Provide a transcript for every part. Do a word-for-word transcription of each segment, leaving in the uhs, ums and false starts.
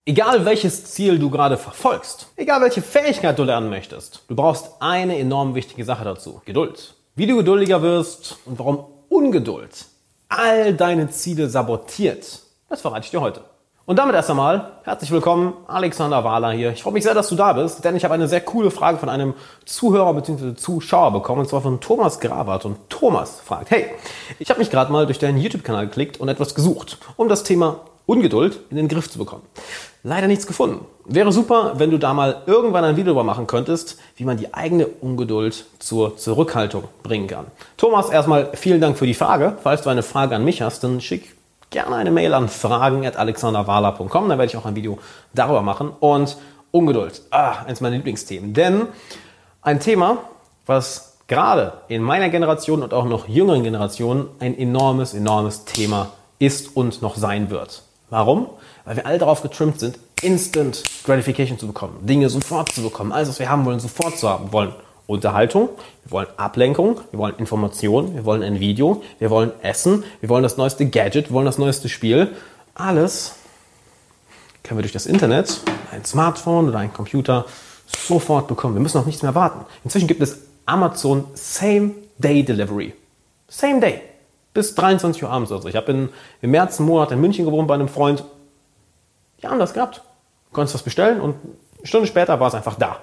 Egal welches Ziel du gerade verfolgst, egal welche Fähigkeit du lernen möchtest, du brauchst eine enorm wichtige Sache dazu: Geduld. Wie du geduldiger wirst und warum Ungeduld all deine Ziele sabotiert, das verrate ich dir heute. Und damit erst einmal herzlich willkommen, Alexander Wahler hier. Ich freue mich sehr, dass du da bist, denn ich habe eine sehr coole Frage von einem Zuhörer bzw. Zuschauer bekommen, und zwar von Thomas Gravert. Und Thomas fragt: Hey, ich habe mich gerade mal durch deinen YouTube-Kanal geklickt und etwas gesucht, um das Thema Ungeduld in den Griff zu bekommen. Leider nichts gefunden. Wäre super, wenn du da mal irgendwann ein Video darüber machen könntest, wie man die eigene Ungeduld zur Zurückhaltung bringen kann. Thomas, erstmal vielen Dank für die Frage. Falls du eine Frage an mich hast, dann schick gerne eine Mail an fragen at alexanderwahler punkt com. Da werde ich auch ein Video darüber machen. Und Ungeduld, ah, eins meiner Lieblingsthemen. Denn ein Thema, was gerade in meiner Generation und auch noch jüngeren Generationen ein enormes, enormes Thema ist und noch sein wird. Warum? Weil wir alle darauf getrimmt sind, Instant Gratification zu bekommen, Dinge sofort zu bekommen, alles, was wir haben wollen, sofort zu haben. Wir wollen Unterhaltung, wir wollen Ablenkung, wir wollen Information, wir wollen ein Video, wir wollen Essen, wir wollen das neueste Gadget, wir wollen das neueste Spiel. Alles können wir durch das Internet, ein Smartphone oder ein Computer sofort bekommen. Wir müssen auf nichts mehr warten. Inzwischen gibt es Amazon Same-Day Delivery. Same Day. Bis dreiundzwanzig Uhr abends. Also ich habe im März einen Monat in München gewohnt bei einem Freund. Die haben das gehabt. Du konntest was bestellen und eine Stunde später war es einfach da.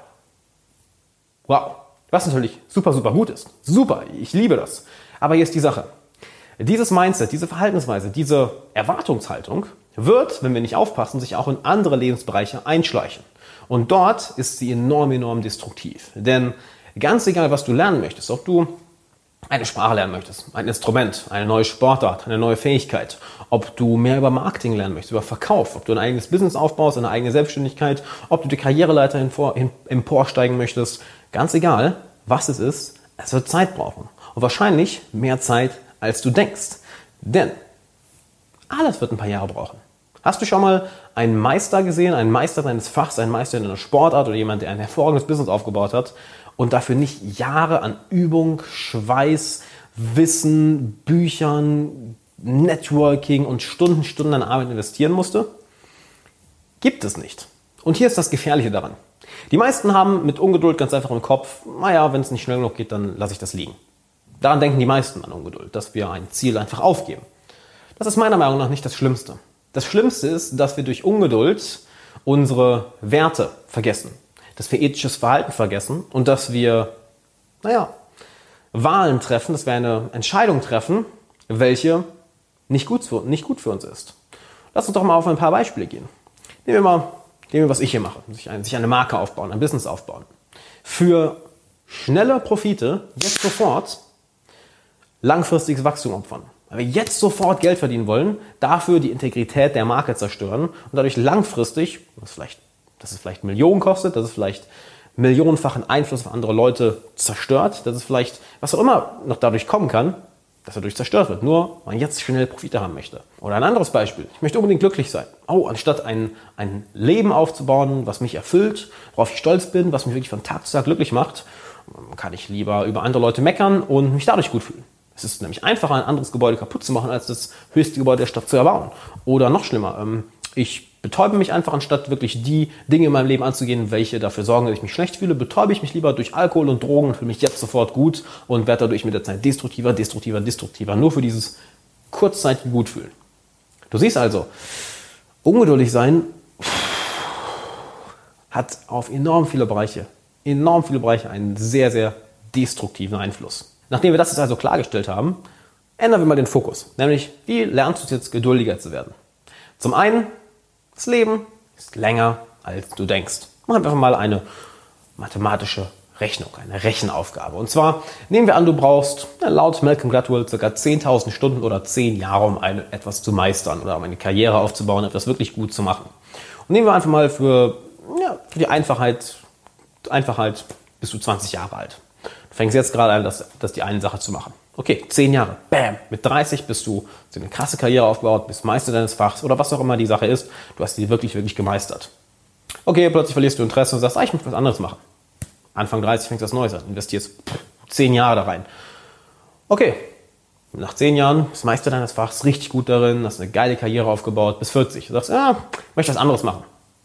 Wow. Was natürlich super, super gut ist. Super, ich liebe das. Aber hier ist die Sache. Dieses Mindset, diese Verhaltensweise, diese Erwartungshaltung wird, wenn wir nicht aufpassen, sich auch in andere Lebensbereiche einschleichen. Und dort ist sie enorm, enorm destruktiv. Denn ganz egal, was du lernen möchtest, ob du eine Sprache lernen möchtest, ein Instrument, eine neue Sportart, eine neue Fähigkeit, ob du mehr über Marketing lernen möchtest, über Verkauf, ob du ein eigenes Business aufbaust, eine eigene Selbstständigkeit, ob du die Karriereleiter emporsteigen möchtest, ganz egal, was es ist, es wird Zeit brauchen. Und wahrscheinlich mehr Zeit, als du denkst. Denn alles wird ein paar Jahre brauchen. Hast du schon mal einen Meister gesehen, einen Meister deines Fachs, einen Meister in einer Sportart oder jemand, der ein hervorragendes Business aufgebaut hat und dafür nicht Jahre an Übung, Schweiß, Wissen, Büchern, Networking und Stunden, Stunden an Arbeit investieren musste? Gibt es nicht. Und hier ist das Gefährliche daran. Die meisten haben mit Ungeduld ganz einfach im Kopf: Naja, wenn es nicht schnell genug geht, dann lasse ich das liegen. Daran denken die meisten an Ungeduld, dass wir ein Ziel einfach aufgeben. Das ist meiner Meinung nach nicht das Schlimmste. Das Schlimmste ist, dass wir durch Ungeduld unsere Werte vergessen, dass wir ethisches Verhalten vergessen und dass wir, naja, Wahlen treffen, dass wir eine Entscheidung treffen, welche nicht gut für, nicht gut für uns ist. Lass uns doch mal auf ein paar Beispiele gehen. Nehmen wir mal, nehmen wir, was ich hier mache, sich, ein, sich eine Marke aufbauen, ein Business aufbauen. Für schnelle Profite, jetzt sofort, langfristiges Wachstum opfern. Weil wir jetzt sofort Geld verdienen wollen, dafür die Integrität der Marke zerstören und dadurch langfristig, das vielleicht, dass es vielleicht Millionen kostet, dass es vielleicht millionenfachen Einfluss auf andere Leute zerstört, dass es vielleicht, was auch immer noch dadurch kommen kann, dass er dadurch zerstört wird, nur weil man jetzt schnell Profite haben möchte. Oder ein anderes Beispiel: Ich möchte unbedingt glücklich sein. Oh, anstatt ein, ein Leben aufzubauen, was mich erfüllt, worauf ich stolz bin, was mich wirklich von Tag zu Tag glücklich macht, kann ich lieber über andere Leute meckern und mich dadurch gut fühlen. Es ist nämlich einfacher, ein anderes Gebäude kaputt zu machen, als das höchste Gebäude der Stadt zu erbauen. Oder noch schlimmer, ich betäube mich einfach, anstatt wirklich die Dinge in meinem Leben anzugehen, welche dafür sorgen, dass ich mich schlecht fühle, betäube ich mich lieber durch Alkohol und Drogen und fühle mich jetzt sofort gut und werde dadurch mit der Zeit destruktiver, destruktiver, destruktiver. Nur für dieses kurzzeitige Gutfühlen. Du siehst also, ungeduldig sein hat auf enorm viele Bereiche, enorm viele Bereiche einen sehr, sehr destruktiven Einfluss. Nachdem wir das jetzt also klargestellt haben, ändern wir mal den Fokus. Nämlich, wie lernst du jetzt geduldiger zu werden? Zum einen, das Leben ist länger, als du denkst. Mach einfach mal eine mathematische Rechnung, eine Rechenaufgabe. Und zwar, nehmen wir an, du brauchst ja, laut Malcolm Gladwell ca. zehntausend Stunden oder zehn Jahre, um eine, etwas zu meistern oder um eine Karriere aufzubauen, etwas wirklich gut zu machen. Und nehmen wir einfach mal für, ja, für die Einfachheit, Einfachheit bist du zwanzig Jahre alt. Du fängst jetzt gerade an, das, das die eine Sache zu machen. Okay, zehn Jahre, bam, mit dreißig bist du eine krasse Karriere aufgebaut, bist Meister deines Fachs oder was auch immer die Sache ist. Du hast die wirklich, wirklich gemeistert. Okay, plötzlich verlierst du Interesse und sagst, ah, ich möchte was anderes machen. Anfang dreißig fängst du was Neues an, investierst zehn Jahre da rein. Okay, nach zehn Jahren bist Meister deines Fachs, richtig gut darin, hast eine geile Karriere aufgebaut, bis vierzig. Du sagst, ja, ich möchte was anderes machen.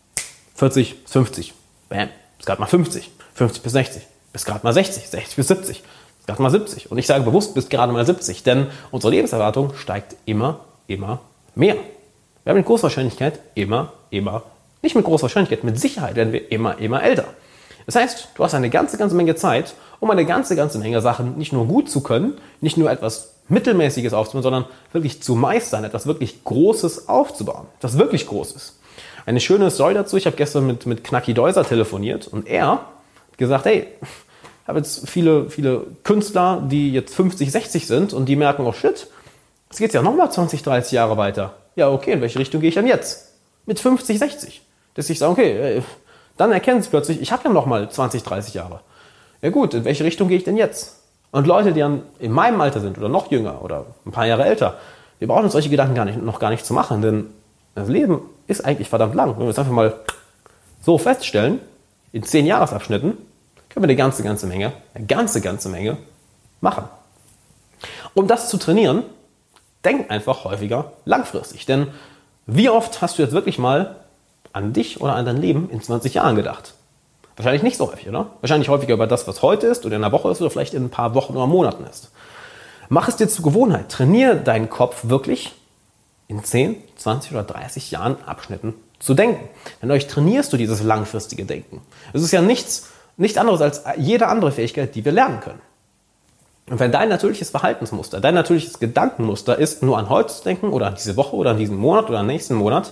vierzig bis fünfzig. Bam, bis gerade mal fünfzig. fünfzig bis sechzig. Bis gerade mal sechzig. sechzig bis siebzig. Bis gerade mal siebzig. Und ich sage bewusst bis gerade mal siebzig, denn unsere Lebenserwartung steigt immer, immer mehr. Wir haben mit großer Wahrscheinlichkeit immer, immer, nicht mit großer Wahrscheinlichkeit, mit Sicherheit werden wir immer, immer älter. Das heißt, du hast eine ganze, ganze Menge Zeit, um eine ganze, ganze Menge Sachen nicht nur gut zu können, nicht nur etwas Mittelmäßiges aufzubauen, sondern wirklich zu meistern, etwas wirklich Großes aufzubauen. Etwas wirklich Großes. Eine schöne Story dazu, ich habe gestern mit, mit Knacki Deuser telefoniert und er hat gesagt, hey, ich habe jetzt viele, viele Künstler, die jetzt fünfzig, sechzig sind und die merken, oh shit, jetzt geht es ja nochmal zwanzig, dreißig Jahre weiter. Ja, okay, in welche Richtung gehe ich dann jetzt? Mit fünfzig, sechzig. Dass ich sage, okay, dann erkennen sie plötzlich, ich habe ja nochmal zwanzig, dreißig Jahre. Ja gut, in welche Richtung gehe ich denn jetzt? Und Leute, die dann in meinem Alter sind oder noch jünger oder ein paar Jahre älter, wir brauchen uns solche Gedanken gar nicht, noch gar nicht zu machen, denn das Leben ist eigentlich verdammt lang. Wenn wir es einfach mal so feststellen, in zehn Jahresabschnitten, können wir eine ganze, ganze Menge, eine ganze, ganze Menge machen. Um das zu trainieren, denk einfach häufiger langfristig. Denn wie oft hast du jetzt wirklich mal an dich oder an dein Leben in zwanzig Jahren gedacht? Wahrscheinlich nicht so häufig, oder? Wahrscheinlich häufiger über das, was heute ist oder in einer Woche ist oder vielleicht in ein paar Wochen oder Monaten ist. Mach es dir zur Gewohnheit. Trainiere deinen Kopf wirklich in zehn, zwanzig oder dreißig Jahren Abschnitten zu denken. Denn dadurch trainierst du dieses langfristige Denken. Es ist ja nichts, nichts anderes als jede andere Fähigkeit, die wir lernen können. Und wenn dein natürliches Verhaltensmuster, dein natürliches Gedankenmuster ist, nur an heute zu denken oder an diese Woche oder an diesen Monat oder an den nächsten Monat,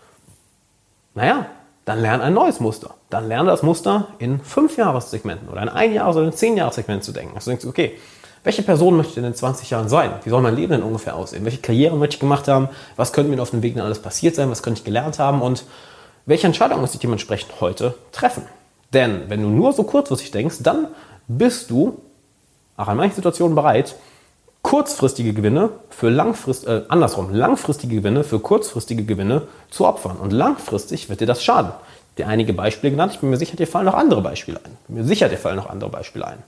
naja, dann lerne ein neues Muster. Dann lerne das Muster in fünf Jahressegmenten oder in ein Jahres- oder in zehn Jahressegmenten zu denken. Also denkst du, okay, welche Person möchte ich denn in zwanzig Jahren sein? Wie soll mein Leben denn ungefähr aussehen? Welche Karriere möchte ich gemacht haben? Was könnte mir auf dem Weg denn alles passiert sein? Was könnte ich gelernt haben? Und welche Entscheidung muss ich dementsprechend heute treffen? Denn wenn du nur so kurzfristig denkst, dann bist du auch in manchen Situationen bereit, kurzfristige Gewinne für langfrist, äh, andersrum, langfristige Gewinne für kurzfristige Gewinne zu opfern. Und langfristig wird dir das schaden. Dir einige Beispiele genannt. Ich bin mir sicher, dir fallen noch andere Beispiele ein. Ich bin mir sicher, dir fallen noch andere Beispiele ein.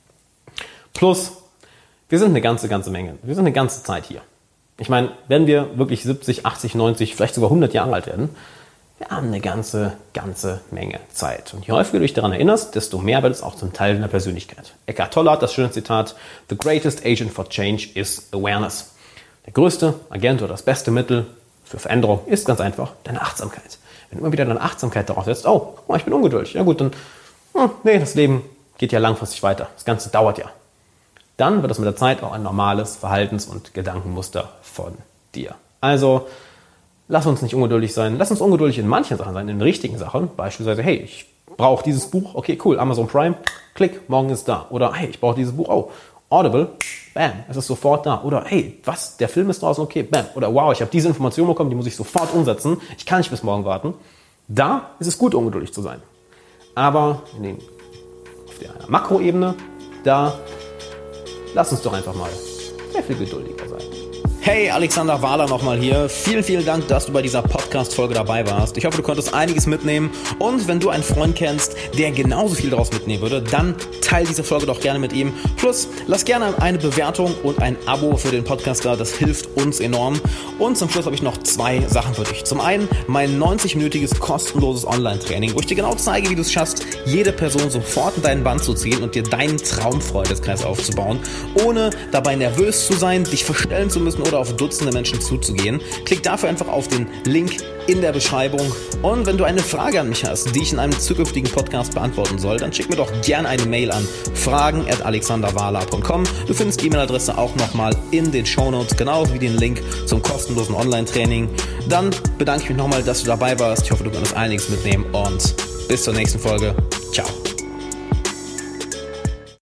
Plus, wir sind eine ganze, ganze Menge. Wir sind eine ganze Zeit hier. Ich meine, wenn wir wirklich siebzig, achtzig, neunzig, vielleicht sogar hundert Jahre alt werden, wir haben eine ganze, ganze Menge Zeit. Und je häufiger du dich daran erinnerst, desto mehr wird es auch zum Teil deiner Persönlichkeit. Eckhart Tolle hat das schöne Zitat: The greatest agent for change is awareness. Der größte Agent oder das beste Mittel für Veränderung ist ganz einfach deine Achtsamkeit. Wenn du immer wieder deine Achtsamkeit darauf setzt, oh, guck mal, ich bin ungeduldig. Ja gut, dann, hm, nee, das Leben geht ja langfristig weiter. Das Ganze dauert ja. Dann wird das mit der Zeit auch ein normales Verhaltens- und Gedankenmuster von dir. Also, lass uns nicht ungeduldig sein. Lass uns ungeduldig in manchen Sachen sein, in richtigen Sachen. Beispielsweise, hey, ich brauche dieses Buch. Okay, cool, Amazon Prime, klick, morgen ist da. Oder, hey, ich brauche dieses Buch. Oh, Audible, bam, es ist sofort da. Oder, hey, was, der Film ist draußen, okay, bam. Oder, wow, ich habe diese Information bekommen, die muss ich sofort umsetzen. Ich kann nicht bis morgen warten. Da ist es gut, ungeduldig zu sein. Aber in den, auf der Makroebene, da lass uns doch einfach mal sehr viel geduldiger sein. Hey, Alexander Wahler nochmal hier. Vielen, vielen Dank, dass du bei dieser Podcast-Folge dabei warst. Ich hoffe, du konntest einiges mitnehmen. Und wenn du einen Freund kennst, der genauso viel daraus mitnehmen würde, dann teile diese Folge doch gerne mit ihm. Plus, lass gerne eine Bewertung und ein Abo für den Podcast da. Das hilft uns enorm. Und zum Schluss habe ich noch zwei Sachen für dich. Zum einen mein neunzig-minütiges kostenloses Online-Training, wo ich dir genau zeige, wie du es schaffst, jede Person sofort in deinen Bann zu ziehen und dir deinen Traumfreundeskreis aufzubauen, ohne dabei nervös zu sein, dich verstellen zu müssen oder auf Dutzende Menschen zuzugehen. Klick dafür einfach auf den Link in der Beschreibung. Und wenn du eine Frage an mich hast, die ich in einem zukünftigen Podcast beantworten soll, dann schick mir doch gerne eine Mail an fragen at alexanderwahler punkt com. Du findest die E-Mail-Adresse auch nochmal in den Shownotes, genauso wie den Link zum kostenlosen Online-Training. Dann bedanke ich mich nochmal, dass du dabei warst. Ich hoffe, du konntest einiges mitnehmen und bis zur nächsten Folge. Ciao.